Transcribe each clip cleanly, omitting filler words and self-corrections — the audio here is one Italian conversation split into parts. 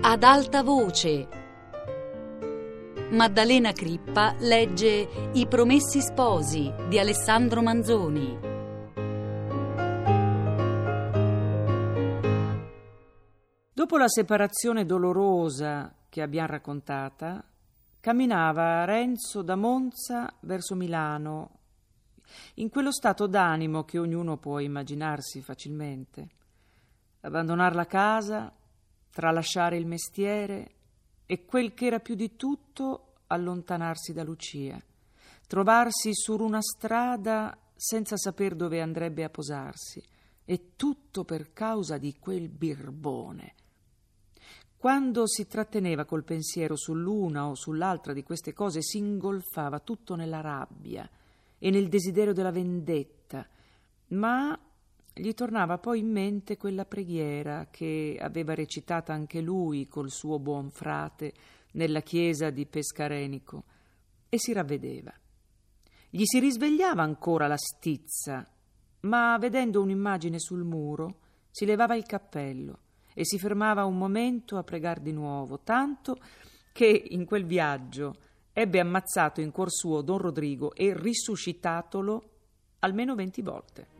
Ad alta voce. Maddalena Crippa legge I Promessi Sposi di Alessandro Manzoni. Dopo la separazione dolorosa che abbiamo raccontata, camminava Renzo da Monza verso Milano, in quello stato d'animo che ognuno può immaginarsi facilmente. Abbandonare la casa, tralasciare il mestiere e quel che era più di tutto allontanarsi da Lucia, trovarsi su una strada senza saper dove andrebbe a posarsi, e tutto per causa di quel birbone. Quando si tratteneva col pensiero sull'una o sull'altra di queste cose, si ingolfava tutto nella rabbia e nel desiderio della vendetta, ma gli tornava poi in mente quella preghiera che aveva recitata anche lui col suo buon frate nella chiesa di Pescarenico, e si ravvedeva. Gli si risvegliava ancora la stizza, ma vedendo un'immagine sul muro si levava il cappello e si fermava un momento a pregar di nuovo, tanto che in quel viaggio ebbe ammazzato in cuor suo Don Rodrigo e risuscitatolo almeno 20 volte.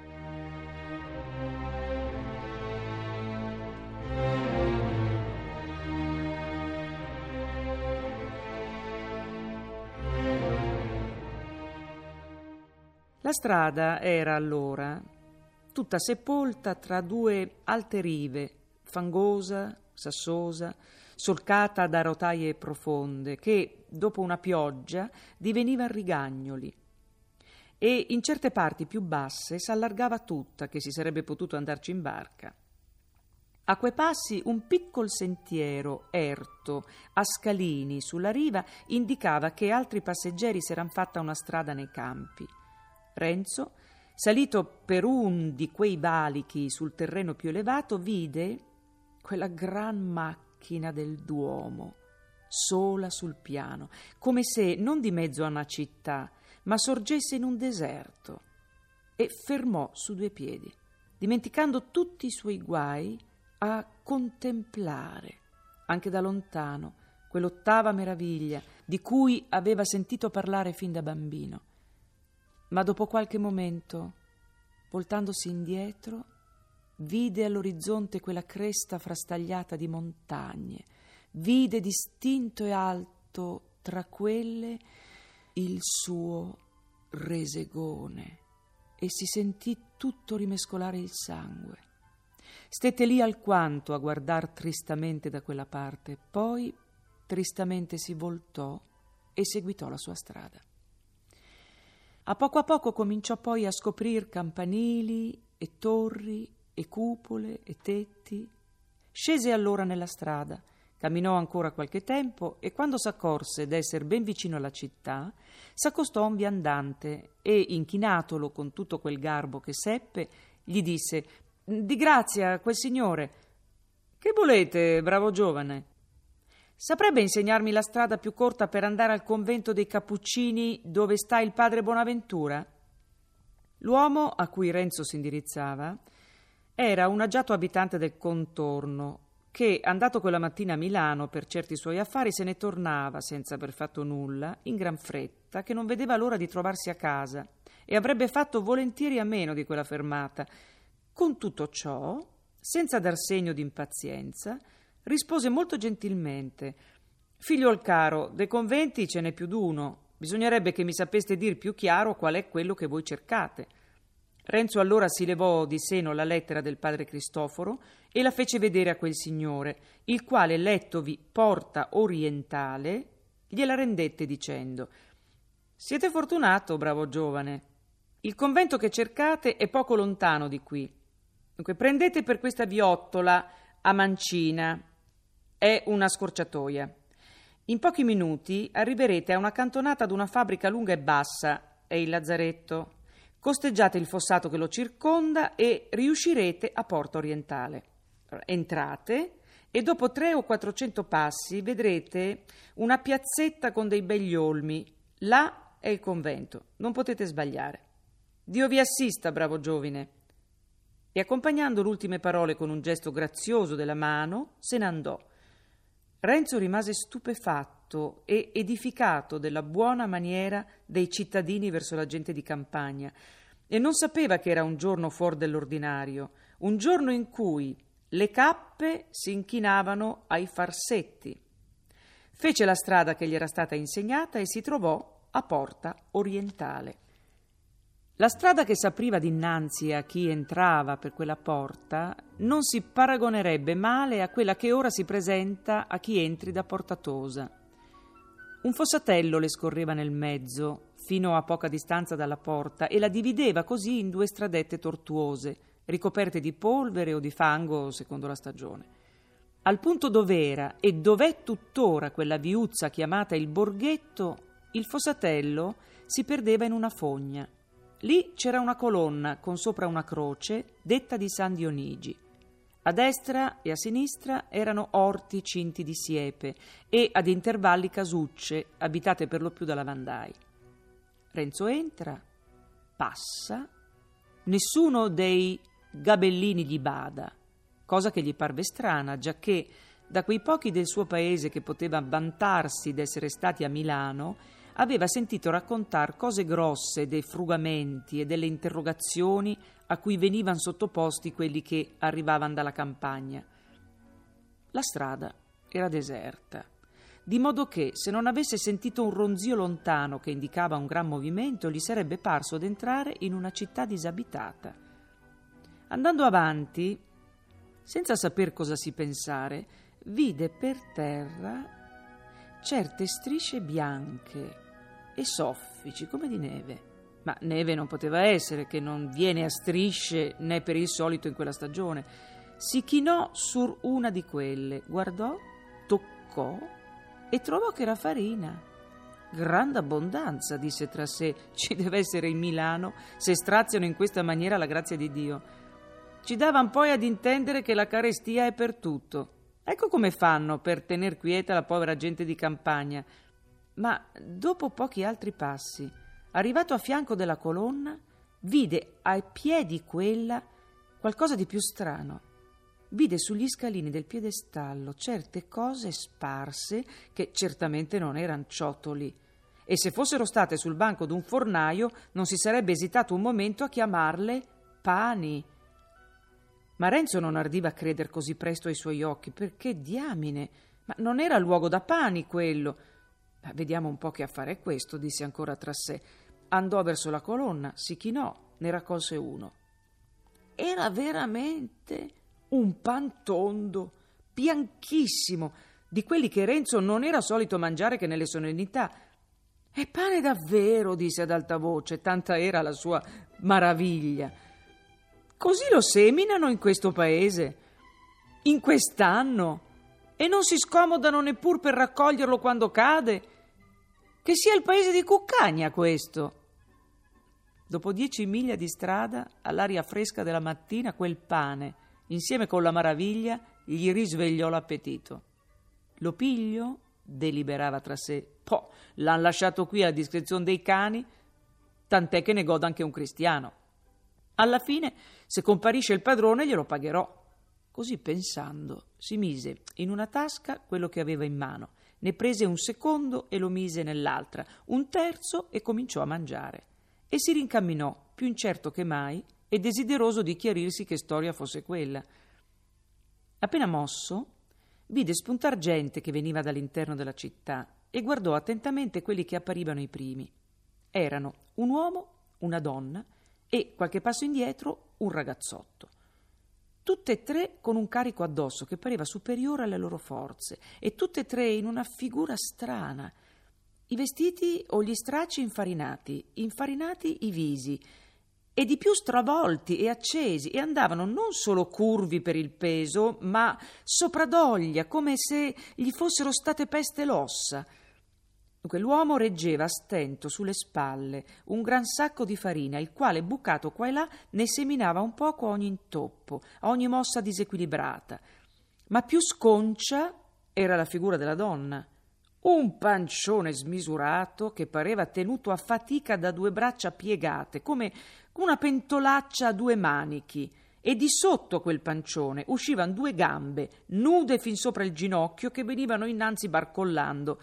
La strada era allora tutta sepolta tra due alte rive, fangosa, sassosa, solcata da rotaie profonde, che, dopo una pioggia, diveniva rigagnoli, e in certe parti più basse s'allargava tutta, che si sarebbe potuto andarci in barca. A quei passi un piccol sentiero erto, a scalini sulla riva, indicava che altri passeggeri s'eran fatta una strada nei campi. Renzo, salito per un di quei valichi sul terreno più elevato, vide quella gran macchina del Duomo, sola sul piano, come se non di mezzo a una città, ma sorgesse in un deserto, e fermò su due piedi, dimenticando tutti i suoi guai, a contemplare, anche da lontano, quell'ottava meraviglia di cui aveva sentito parlare fin da bambino. Ma dopo qualche momento, voltandosi indietro, vide all'orizzonte quella cresta frastagliata di montagne, vide distinto e alto tra quelle il suo Resegone, e si sentì tutto rimescolare il sangue. Stette lì alquanto a guardar tristamente da quella parte, poi tristamente si voltò e seguitò la sua strada. A poco cominciò poi a scoprir campanili e torri e cupole e tetti. Scese allora nella strada, camminò ancora qualche tempo e quando s'accorse d'esser ben vicino alla città, s'accostò a un viandante e, inchinatolo con tutto quel garbo che seppe, gli disse: «Di grazia, quel signore». «Che volete, bravo giovane?» «Saprebbe insegnarmi la strada più corta per andare al convento dei Cappuccini dove sta il padre Bonaventura?» L'uomo a cui Renzo si indirizzava era un agiato abitante del contorno che, andato quella mattina a Milano per certi suoi affari, se ne tornava senza aver fatto nulla, in gran fretta, che non vedeva l'ora di trovarsi a casa e avrebbe fatto volentieri a meno di quella fermata. Con tutto ciò, senza dar segno di impazienza, rispose molto gentilmente: «Figliuol caro, dei conventi ce n'è più d'uno. Bisognerebbe che mi sapeste dir più chiaro qual è quello che voi cercate». Renzo allora si levò di seno la lettera del padre Cristoforo e la fece vedere a quel signore, il quale, lettovi Porta Orientale, gliela rendette dicendo: «Siete fortunato, bravo giovane. Il convento che cercate è poco lontano di qui. Dunque prendete per questa viottola a mancina. È una scorciatoia. In pochi minuti arriverete a una cantonata d'una fabbrica lunga e bassa, è il lazzaretto. Costeggiate il fossato che lo circonda e riuscirete a Porta Orientale. Entrate e dopo 300 o 400 passi vedrete una piazzetta con dei begli olmi. Là è il convento, non potete sbagliare. Dio vi assista, bravo giovine». E accompagnando le ultime parole con un gesto grazioso della mano, se ne andò, Renzo rimase stupefatto e edificato della buona maniera dei cittadini verso la gente di campagna e non sapeva che era un giorno fuori dell'ordinario, un giorno in cui le cappe si inchinavano ai farsetti. Fece la strada che gli era stata insegnata e si trovò a Porta Orientale. La strada che s'apriva dinanzi a chi entrava per quella porta non si paragonerebbe male a quella che ora si presenta a chi entri da Porta Tosa. Un fossatello le scorreva nel mezzo, fino a poca distanza dalla porta, e la divideva così in due stradette tortuose, ricoperte di polvere o di fango secondo la stagione. Al punto dov'era e dov'è tuttora quella viuzza chiamata il Borghetto, il fossatello si perdeva in una fogna. Lì c'era una colonna con sopra una croce detta di San Dionigi. A destra e a sinistra erano orti cinti di siepe e ad intervalli casucce abitate per lo più da lavandai. Renzo entra, passa, nessuno dei gabellini gli bada, cosa che gli parve strana, giacché da quei pochi del suo paese che poteva vantarsi d'essere stati a Milano aveva sentito raccontar cose grosse dei frugamenti e delle interrogazioni a cui venivano sottoposti quelli che arrivavano dalla campagna. La strada era deserta, di modo che se non avesse sentito un ronzio lontano che indicava un gran movimento, gli sarebbe parso d'entrare in una città disabitata. Andando avanti, senza saper cosa si pensare, vide per terra certe strisce bianche e soffici come di neve. Ma neve non poteva essere, che non viene a strisce né per il solito in quella stagione. Si chinò su una di quelle, guardò, toccò e trovò che era farina. Grande abbondanza, disse tra sé, ci deve essere in Milano se straziano in questa maniera la grazia di Dio. Ci davan poi ad intendere che la carestia è per tutto. Ecco come fanno per tener quieta la povera gente di campagna. Ma dopo pochi altri passi, arrivato a fianco della colonna, vide ai piedi quella qualcosa di più strano. Vide sugli scalini del piedestallo certe cose sparse che certamente non erano ciottoli, e se fossero state sul banco d'un fornaio non si sarebbe esitato un momento a chiamarle pani. Ma Renzo non ardiva a creder così presto ai suoi occhi, perché diamine, ma non era luogo da pani quello. Ma vediamo un po' che affare è questo, disse ancora tra sé. Andò verso la colonna, si chinò, ne raccolse uno. Era veramente un pan tondo, bianchissimo, di quelli che Renzo non era solito mangiare che nelle solennità. È pane davvero, disse ad alta voce, tanta era la sua maraviglia. Così lo seminano in questo paese, in quest'anno, e non si scomodano neppur per raccoglierlo quando cade. Che sia il paese di Cuccagna questo. Dopo 10 miglia di strada, all'aria fresca della mattina, quel pane, insieme con la maraviglia, gli risvegliò l'appetito. Lo piglio? Deliberava tra sé. Poi l'han lasciato qui alla discrezione dei cani, tant'è che ne goda anche un cristiano. Alla fine, se comparisce il padrone, glielo pagherò. Così pensando, si mise in una tasca quello che aveva in mano, ne prese un secondo e lo mise nell'altra, un terzo e cominciò a mangiare. E si rincamminò, più incerto che mai e desideroso di chiarirsi che storia fosse quella. Appena mosso, vide spuntar gente che veniva dall'interno della città e guardò attentamente quelli che apparivano i primi. Erano un uomo, una donna e, qualche passo indietro, un ragazzotto. Tutte e tre con un carico addosso che pareva superiore alle loro forze, e tutte e tre in una figura strana. I vestiti o gli stracci infarinati i visi, e di più stravolti e accesi, e andavano non solo curvi per il peso, ma sopradoglia, come se gli fossero state peste l'ossa. Quell'uomo reggeva a stento sulle spalle un gran sacco di farina, il quale, bucato qua e là, ne seminava un poco a ogni intoppo, a ogni mossa disequilibrata. Ma più sconcia era la figura della donna. Un pancione smisurato che pareva tenuto a fatica da 2 braccia piegate, come una pentolaccia a 2 manichi, e di sotto quel pancione uscivano 2 gambe, nude fin sopra il ginocchio, che venivano innanzi barcollando.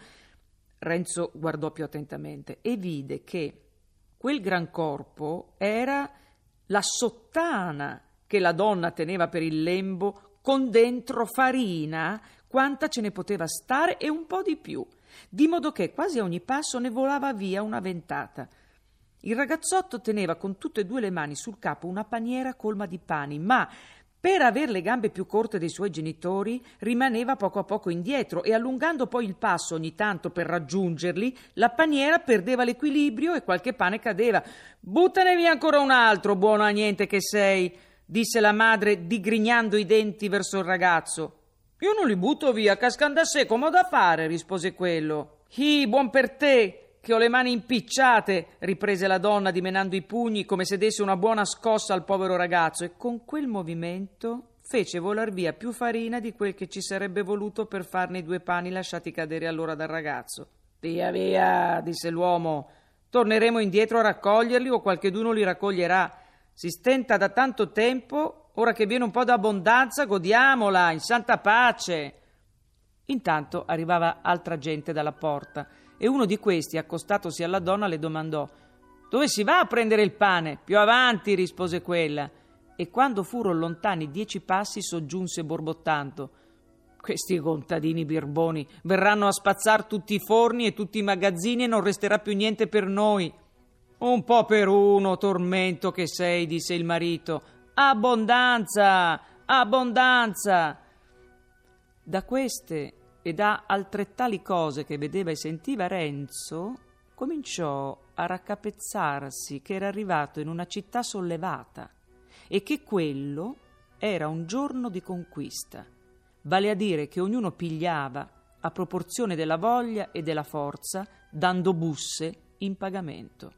Renzo guardò più attentamente e vide che quel gran corpo era la sottana che la donna teneva per il lembo, con dentro farina quanta ce ne poteva stare e un po' di più, di modo che quasi a ogni passo ne volava via una ventata. Il ragazzotto teneva con tutte e 2 le mani sul capo una paniera colma di pani, ma per aver le gambe più corte dei suoi genitori rimaneva poco a poco indietro e, allungando poi il passo ogni tanto per raggiungerli, la paniera perdeva l'equilibrio e qualche pane cadeva. «Buttane via ancora un altro, buono a niente che sei», disse la madre digrignando i denti verso il ragazzo. «Io non li butto via, cascan da sé, come ho da fare», rispose quello. «Buon per te, che ho le mani impicciate», riprese la donna dimenando i pugni come se desse una buona scossa al povero ragazzo, e con quel movimento fece volar via più farina di quel che ci sarebbe voluto per farne i 2 pani lasciati cadere allora dal ragazzo. «Via, via», disse l'uomo, «torneremo indietro a raccoglierli o qualcheduno li raccoglierà. Si stenta da tanto tempo, ora che viene un po' d'abbondanza godiamola, in santa pace». Intanto arrivava altra gente dalla porta e uno di questi, accostatosi alla donna, le domandò: «Dove si va a prendere il pane?» «Più avanti», rispose quella, e quando furono lontani 10 passi soggiunse borbottando: «Questi contadini birboni verranno a spazzar tutti i forni e tutti i magazzini e non resterà più niente per noi». «Un po' per uno, tormento che sei», disse il marito. «Abbondanza, abbondanza». Da queste e da altrettali cose che vedeva e sentiva, Renzo cominciò a raccapezzarsi che era arrivato in una città sollevata e che quello era un giorno di conquista, vale a dire che ognuno pigliava a proporzione della voglia e della forza, dando busse in pagamento.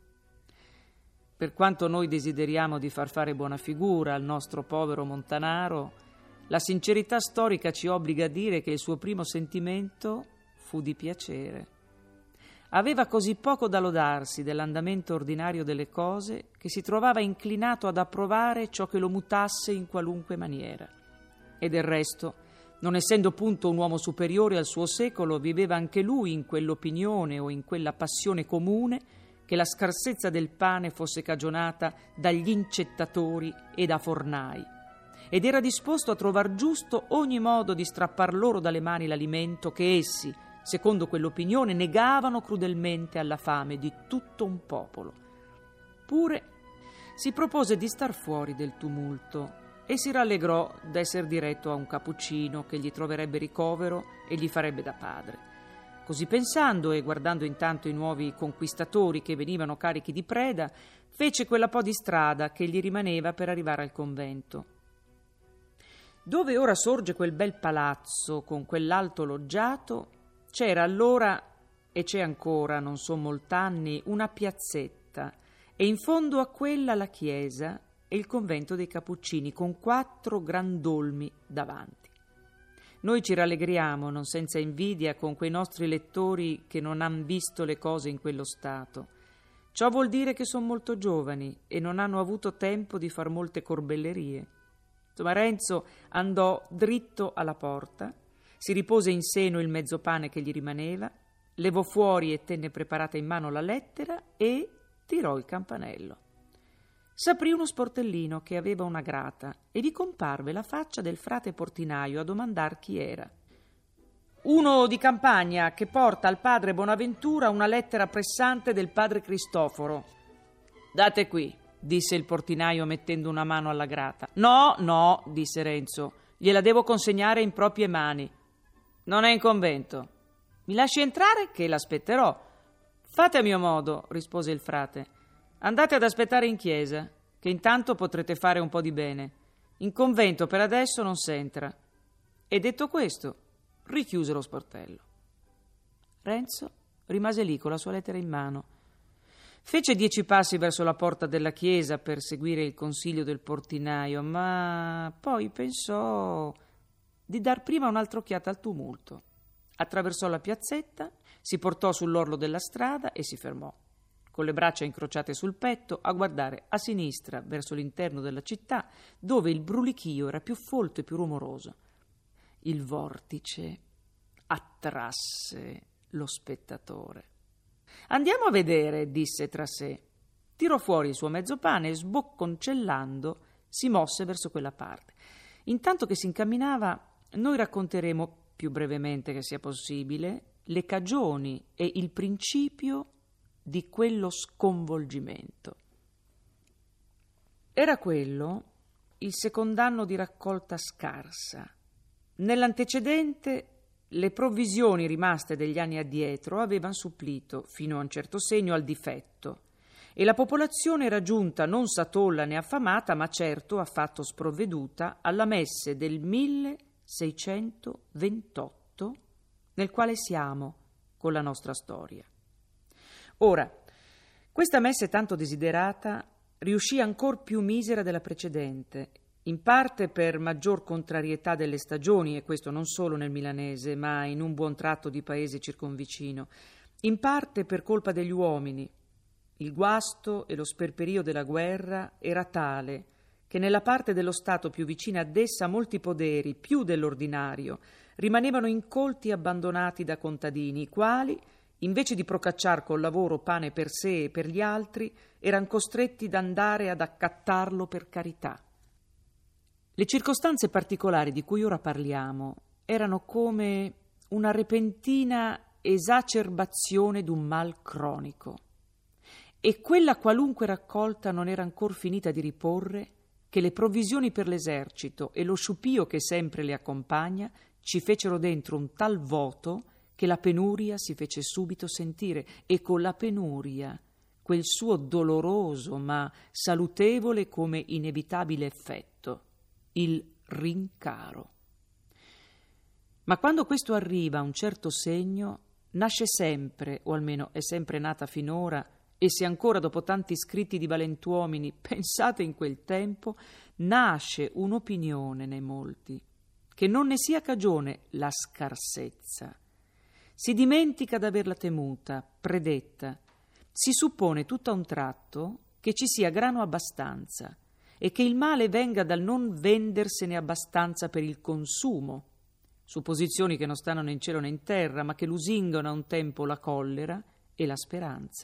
Per quanto noi desideriamo di far fare buona figura al nostro povero Montanaro, la sincerità storica ci obbliga a dire che il suo primo sentimento fu di piacere. Aveva così poco da lodarsi dell'andamento ordinario delle cose che si trovava inclinato ad approvare ciò che lo mutasse in qualunque maniera. E del resto, non essendo punto un uomo superiore al suo secolo, viveva anche lui in quell'opinione o in quella passione comune che la scarsezza del pane fosse cagionata dagli incettatori e da fornai, ed era disposto a trovar giusto ogni modo di strappar loro dalle mani l'alimento che essi, secondo quell'opinione, negavano crudelmente alla fame di tutto un popolo. Pure si propose di star fuori del tumulto e si rallegrò d'esser diretto a un cappuccino che gli troverebbe ricovero e gli farebbe da padre. Così pensando e guardando intanto i nuovi conquistatori che venivano carichi di preda, fece quella po' di strada che gli rimaneva per arrivare al convento. Dove ora sorge quel bel palazzo con quell'alto loggiato, c'era allora, e c'è ancora, non son molt'anni, una piazzetta, e in fondo a quella la chiesa e il convento dei Cappuccini, con 4 grandolmi davanti. Noi ci rallegriamo, non senza invidia, con quei nostri lettori che non han visto le cose in quello stato. Ciò vuol dire che sono molto giovani e non hanno avuto tempo di far molte corbellerie. Insomma, Renzo andò dritto alla porta, si ripose in seno il mezzo pane che gli rimaneva, levò fuori e tenne preparata in mano la lettera e tirò il campanello. S'aprì uno sportellino che aveva una grata e vi comparve la faccia del frate portinaio a domandar chi era. «Uno di campagna che porta al padre Bonaventura una lettera pressante del padre Cristoforo». «Date qui», disse il portinaio mettendo una mano alla grata. No, disse Renzo, gliela devo consegnare in proprie mani. Non è in convento. Mi lasci entrare che l'aspetterò. Fate a mio modo, rispose il frate. Andate ad aspettare in chiesa, che intanto potrete fare un po' di bene. In convento per adesso non s'entra. E detto questo, richiuse lo sportello. Renzo rimase lì con la sua lettera in mano. Fece 10 passi verso la porta della chiesa per seguire il consiglio del portinaio, ma poi pensò di dar prima un'altra occhiata al tumulto. Attraversò la piazzetta, si portò sull'orlo della strada e si fermò. con le braccia incrociate sul petto, a guardare a sinistra verso l'interno della città, dove il brulichio era più folto e più rumoroso. Il vortice attrasse lo spettatore. «Andiamo a vedere», disse tra sé. Tirò fuori il suo mezzo pane e, sbocconcellando, si mosse verso quella parte. Intanto che si incamminava, noi racconteremo, più brevemente che sia possibile, le cagioni e il principio di quello sconvolgimento. Era quello il secondo anno di raccolta scarsa. Nell'antecedente le provvisioni rimaste degli anni addietro avevano supplito, fino a un certo segno, al difetto, e la popolazione era giunta non satolla né affamata, ma certo affatto sprovveduta alla messe del 1628, nel quale siamo con la nostra storia. Ora, questa messe tanto desiderata riuscì ancor più misera della precedente, in parte per maggior contrarietà delle stagioni, e questo non solo nel milanese, ma in un buon tratto di paese circonvicino, in parte per colpa degli uomini. Il guasto e lo sperperio della guerra era tale che nella parte dello Stato più vicina ad essa molti poderi, più dell'ordinario, rimanevano incolti e abbandonati da contadini, i quali, invece di procacciar col lavoro pane per sé e per gli altri, erano costretti ad andare ad accattarlo per carità. Le circostanze particolari di cui ora parliamo erano come una repentina esacerbazione d'un mal cronico, e quella qualunque raccolta non era ancor finita di riporre che le provvisioni per l'esercito e lo sciupio che sempre le accompagna ci fecero dentro un tal voto che la penuria si fece subito sentire, e con la penuria quel suo doloroso ma salutevole come inevitabile effetto, il rincaro. Ma quando questo arriva a un certo segno, nasce sempre, o almeno è sempre nata finora, e se ancora dopo tanti scritti di valentuomini pensate in quel tempo, nasce un'opinione nei molti, che non ne sia cagione la scarsezza. Si dimentica d'averla temuta, predetta, si suppone tutto a un tratto che ci sia grano abbastanza e che il male venga dal non vendersene abbastanza per il consumo, supposizioni che non stanno né in cielo né in terra, ma che lusingano a un tempo la collera e la speranza.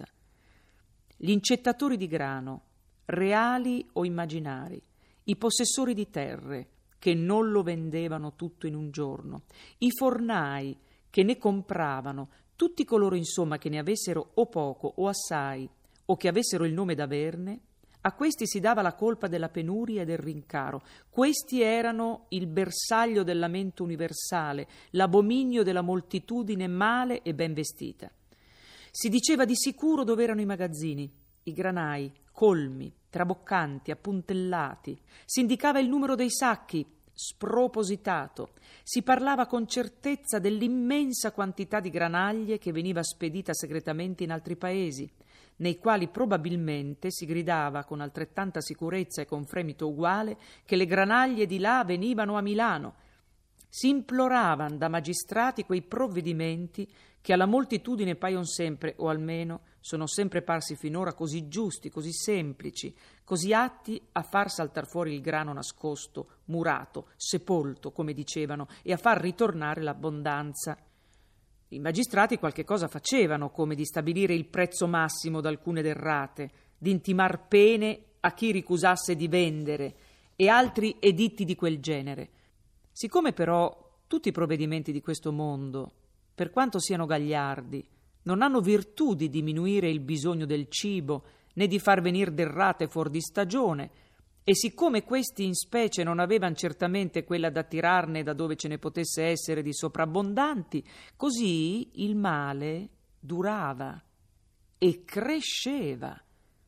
Gli incettatori di grano, reali o immaginari, i possessori di terre, che non lo vendevano tutto in un giorno, i fornai, che ne compravano, tutti coloro insomma che ne avessero o poco o assai, o che avessero il nome d'averne, a questi si dava la colpa della penuria e del rincaro. Questi erano il bersaglio del lamento universale, l'abominio della moltitudine male e ben vestita. Si diceva di sicuro dove erano i magazzini, i granai, colmi, traboccanti, appuntellati. Si indicava il numero dei sacchi, spropositato. Si parlava con certezza dell'immensa quantità di granaglie che veniva spedita segretamente in altri paesi, nei quali probabilmente si gridava con altrettanta sicurezza e con fremito uguale che le granaglie di là venivano a Milano. Si imploravan da magistrati quei provvedimenti che alla moltitudine paiono sempre, o almeno sono sempre parsi finora, così giusti, così semplici, così atti a far saltar fuori il grano nascosto, murato, sepolto, come dicevano, e a far ritornare l'abbondanza. I magistrati qualche cosa facevano, come di stabilire il prezzo massimo d'alcune derrate, di intimar pene a chi ricusasse di vendere, e altri editti di quel genere. Siccome però tutti i provvedimenti di questo mondo, per quanto siano gagliardi, non hanno virtù di diminuire il bisogno del cibo, né di far venir derrate fuor di stagione, e siccome questi in specie non avevano certamente quella da tirarne da dove ce ne potesse essere di soprabbondanti, così il male durava e cresceva.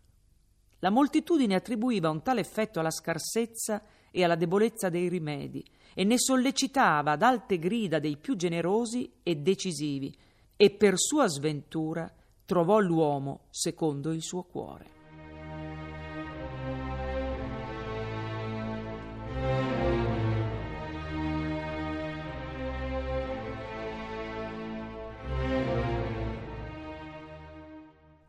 La moltitudine attribuiva un tale effetto alla scarsezza e alla debolezza dei rimedi, e ne sollecitava ad alte grida dei più generosi e decisivi, e per sua sventura trovò l'uomo secondo il suo cuore.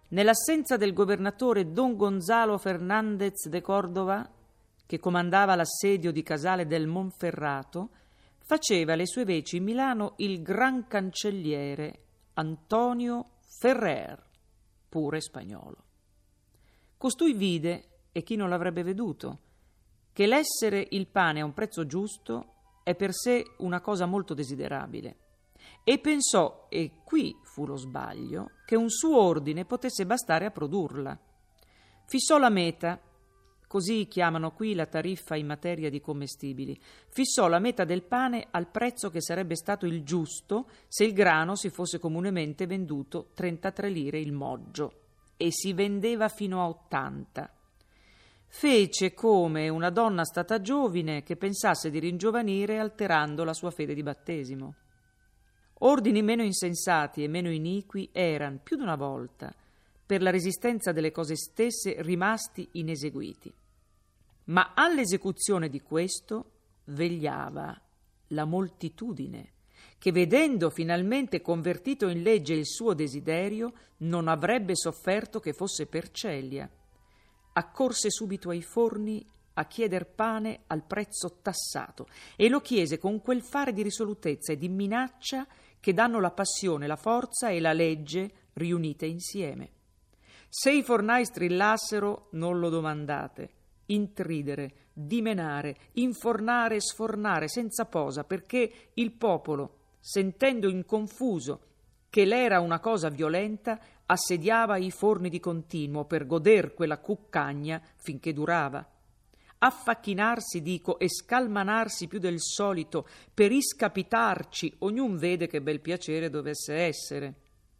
nell'assenza del governatore Don Gonzalo Fernández de Córdoba, che comandava l'assedio di Casale del Monferrato, faceva le sue veci in Milano il gran cancelliere Antonio Ferrer, pure spagnolo. Costui vide, e chi non l'avrebbe veduto, che l'essere il pane a un prezzo giusto è per sé una cosa molto desiderabile, e pensò, e qui fu lo sbaglio, che un suo ordine potesse bastare a produrla. Fissò la meta, così chiamano qui la tariffa in materia di commestibili, fissò la meta del pane al prezzo che sarebbe stato il giusto se il grano si fosse comunemente venduto 33 lire il moggio, e si vendeva fino a 80. Fece come una donna stata giovine che pensasse di ringiovanire alterando la sua fede di battesimo. Ordini meno insensati e meno iniqui eran più di una volta, per la resistenza delle cose stesse, rimasti ineseguiti. Ma all'esecuzione di questo vegliava la moltitudine, che vedendo finalmente convertito in legge il suo desiderio, non avrebbe sofferto che fosse per celia. Accorse subito ai forni a chieder pane al prezzo tassato, e lo chiese con quel fare di risolutezza e di minaccia che danno la passione, la forza e la legge riunite insieme. Se i fornai strillassero, non lo domandate, intridere, dimenare, infornare e sfornare senza posa, perché il popolo, sentendo in confuso che l'era una cosa violenta, assediava i forni di continuo per goder quella cuccagna finché durava. Affacchinarsi, dico, e scalmanarsi più del solito per iscapitarci, ognun vede che bel piacere dovesse essere.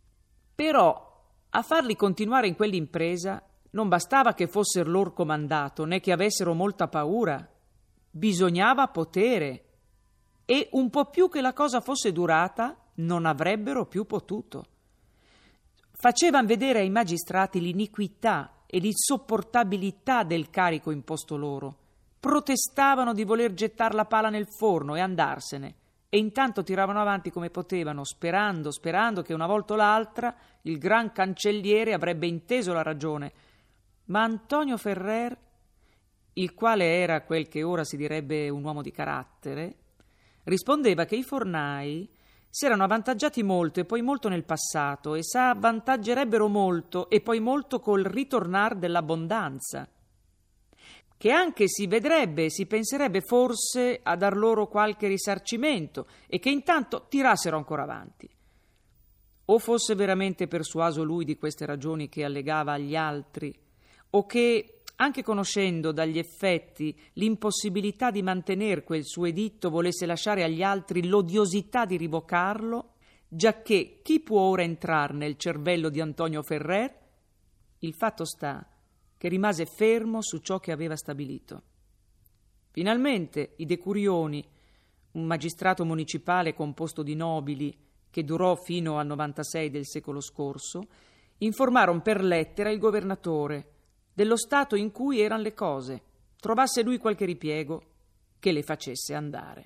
Però a farli continuare in quell'impresa non bastava che fosser lor comandato, né che avessero molta paura, bisognava potere, e un po' più che la cosa fosse durata non avrebbero più potuto. Facevan vedere ai magistrati l'iniquità e l'insopportabilità del carico imposto loro. Protestavano di voler gettar la pala nel forno e andarsene, e intanto tiravano avanti come potevano, sperando che una volta o l'altra il gran cancelliere avrebbe inteso la ragione. Ma Antonio Ferrer, il quale era quel che ora si direbbe un uomo di carattere, rispondeva che i fornai si erano avvantaggiati molto e poi molto nel passato, e s'avvantaggerebbero molto e poi molto col ritornar dell'abbondanza, che anche si vedrebbe e si penserebbe forse a dar loro qualche risarcimento, e che intanto tirassero ancora avanti. O fosse veramente persuaso lui di queste ragioni che allegava agli altri, o che, anche conoscendo dagli effetti l'impossibilità di mantener quel suo editto, volesse lasciare agli altri l'odiosità di rivocarlo, giacché chi può ora entrar nel cervello di Antonio Ferrer? Il fatto sta che rimase fermo su ciò che aveva stabilito. Finalmente i decurioni, un magistrato municipale composto di nobili che durò fino al 96 del secolo scorso, informarono per lettera il governatore dello stato in cui eran le cose, trovasse lui qualche ripiego, che le facesse andare.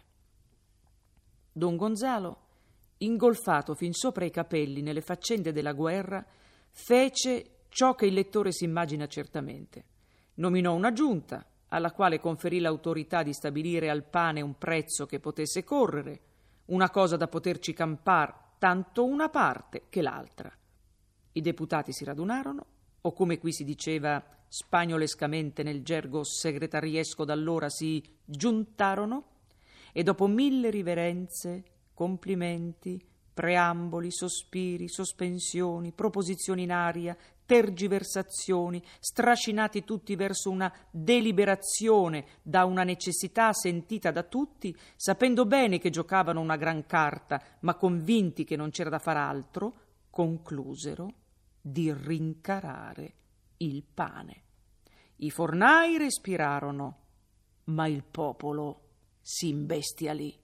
Don Gonzalo, ingolfato fin sopra i capelli nelle faccende della guerra, fece ciò che il lettore si immagina certamente. Nominò una giunta, alla quale conferì l'autorità di stabilire al pane un prezzo che potesse correre, una cosa da poterci campar tanto una parte che l'altra. I deputati si radunarono, o come qui si diceva spagnolescamente nel gergo segretariesco d'allora, si giuntarono, e dopo 1000 riverenze, complimenti, preamboli, sospiri, sospensioni, proposizioni in aria, tergiversazioni, strascinati tutti verso una deliberazione da una necessità sentita da tutti, sapendo bene che giocavano una gran carta, ma convinti che non c'era da far altro, conclusero di rincarare il pane. I fornai respirarono, ma il popolo si imbestialì.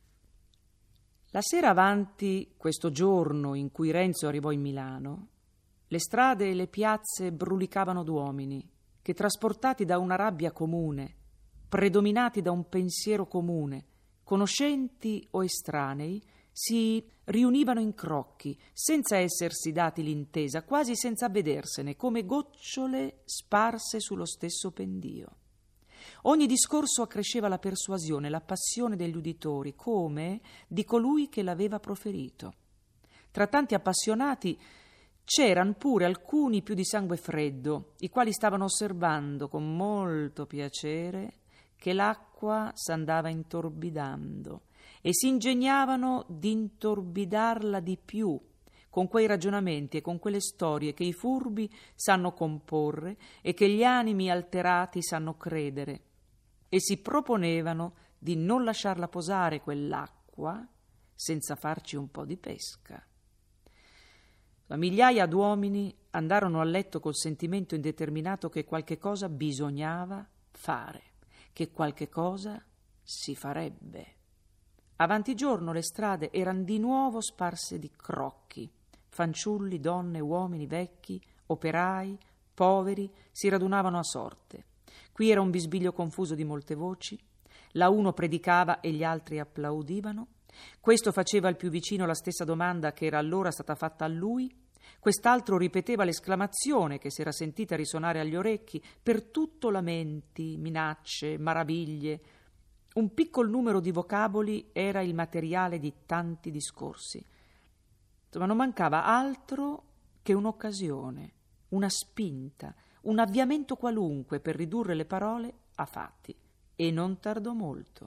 La sera avanti questo giorno in cui Renzo arrivò in Milano, le strade e le piazze brulicavano d'uomini che, trasportati da una rabbia comune, predominati da un pensiero comune, conoscenti o estranei, si riunivano in crocchi, senza essersi dati l'intesa, quasi senza avvedersene, come gocciole sparse sullo stesso pendio. Ogni discorso accresceva la persuasione, la passione degli uditori, come di colui che l'aveva proferito. Tra tanti appassionati c'eran pure alcuni più di sangue freddo, i quali stavano osservando con molto piacere che l'acqua s'andava intorbidando e si ingegnavano di intorbidarla di più con quei ragionamenti e con quelle storie che i furbi sanno comporre e che gli animi alterati sanno credere, e si proponevano di non lasciarla posare quell'acqua senza farci un po' di pesca. Migliaia d'uomini andarono a letto col sentimento indeterminato che qualche cosa bisognava fare, che qualche cosa si farebbe. Avanti giorno le strade erano di nuovo sparse di crocchi. Fanciulli, donne, uomini, vecchi, operai, poveri si radunavano a sorte. Qui era un bisbiglio confuso di molte voci. La uno predicava e gli altri applaudivano. Questo faceva al più vicino la stessa domanda che era allora stata fatta a lui. Quest'altro ripeteva l'esclamazione che si era sentita risuonare agli orecchi. Per tutto lamenti, minacce, maraviglie. Un piccol numero di vocaboli era il materiale di tanti discorsi. Ma non mancava altro che un'occasione, una spinta, un avviamento qualunque per ridurre le parole a fatti. E non tardò molto.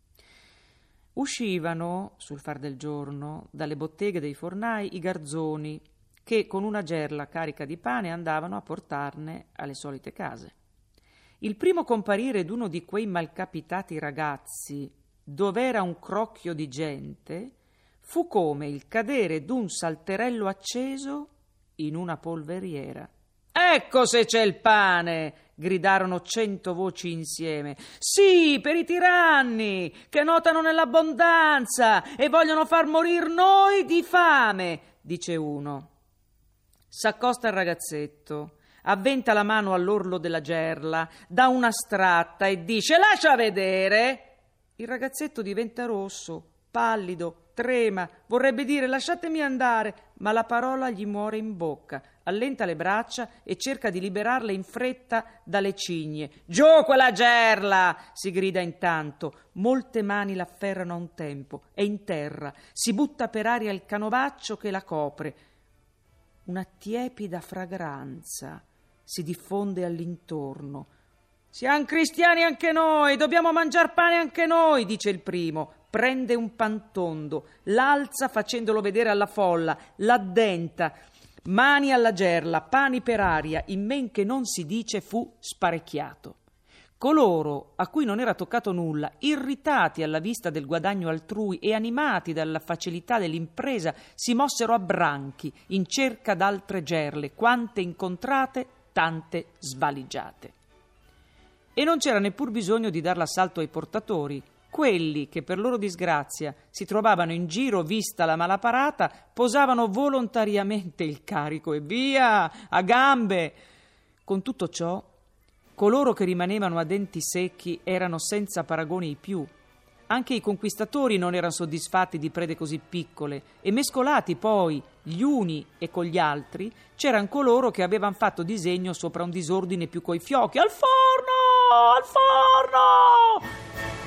Uscivano, sul far del giorno, dalle botteghe dei fornai i garzoni che con una gerla carica di pane andavano a portarne alle solite case. Il primo comparire d'uno di quei malcapitati ragazzi, dov'era un crocchio di gente, fu come il cadere d'un salterello acceso in una polveriera. «Ecco se c'è il pane!» gridarono 100 voci insieme. «Sì, per i tiranni, che notano nell'abbondanza e vogliono far morir noi di fame!» dice uno. S'accosta il ragazzetto, avventa la mano all'orlo della gerla, dà una stratta e dice «Lascia vedere!» Il ragazzetto diventa rosso, pallido, trema, vorrebbe dire «lasciatemi andare», ma la parola gli muore in bocca, allenta le braccia e cerca di liberarle in fretta dalle cigne. «Giù quella gerla!» si grida intanto. Molte mani l'afferrano a un tempo, è in terra, si butta per aria il canovaccio che la copre. Una tiepida fragranza si diffonde all'intorno. «Siamo cristiani anche noi, dobbiamo mangiar pane anche noi», dice il primo. Prende un pantondo, l'alza facendolo vedere alla folla, l'addenta, mani alla gerla, pani per aria, in men che non si dice fu sparecchiato. Coloro a cui non era toccato nulla, irritati alla vista del guadagno altrui e animati dalla facilità dell'impresa, si mossero a branchi in cerca d'altre gerle, quante incontrate, tante svaligiate. E non c'era neppur bisogno di dar l'assalto ai portatori. Quelli che per loro disgrazia si trovavano in giro vista la malaparata posavano volontariamente il carico e via, a gambe. Con tutto ciò, coloro che rimanevano a denti secchi erano senza paragone i più. Anche i conquistatori non erano soddisfatti di prede così piccole e mescolati poi gli uni e con gli altri c'eran coloro che avevano fatto disegno sopra un disordine più coi fiocchi. «Al forno! Al forno!»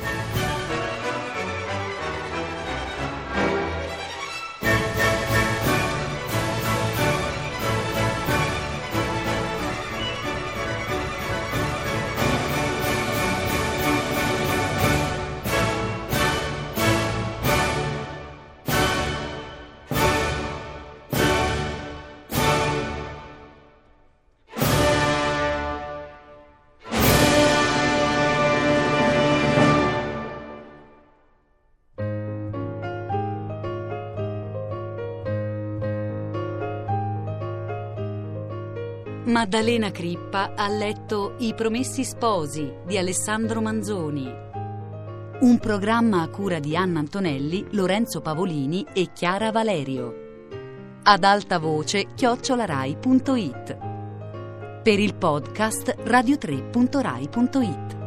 Maddalena Crippa ha letto I Promessi Sposi di Alessandro Manzoni. Un programma a cura di Anna Antonelli, Lorenzo Pavolini e Chiara Valerio. Ad alta voce @rai.it. Per il podcast radio3.rai.it.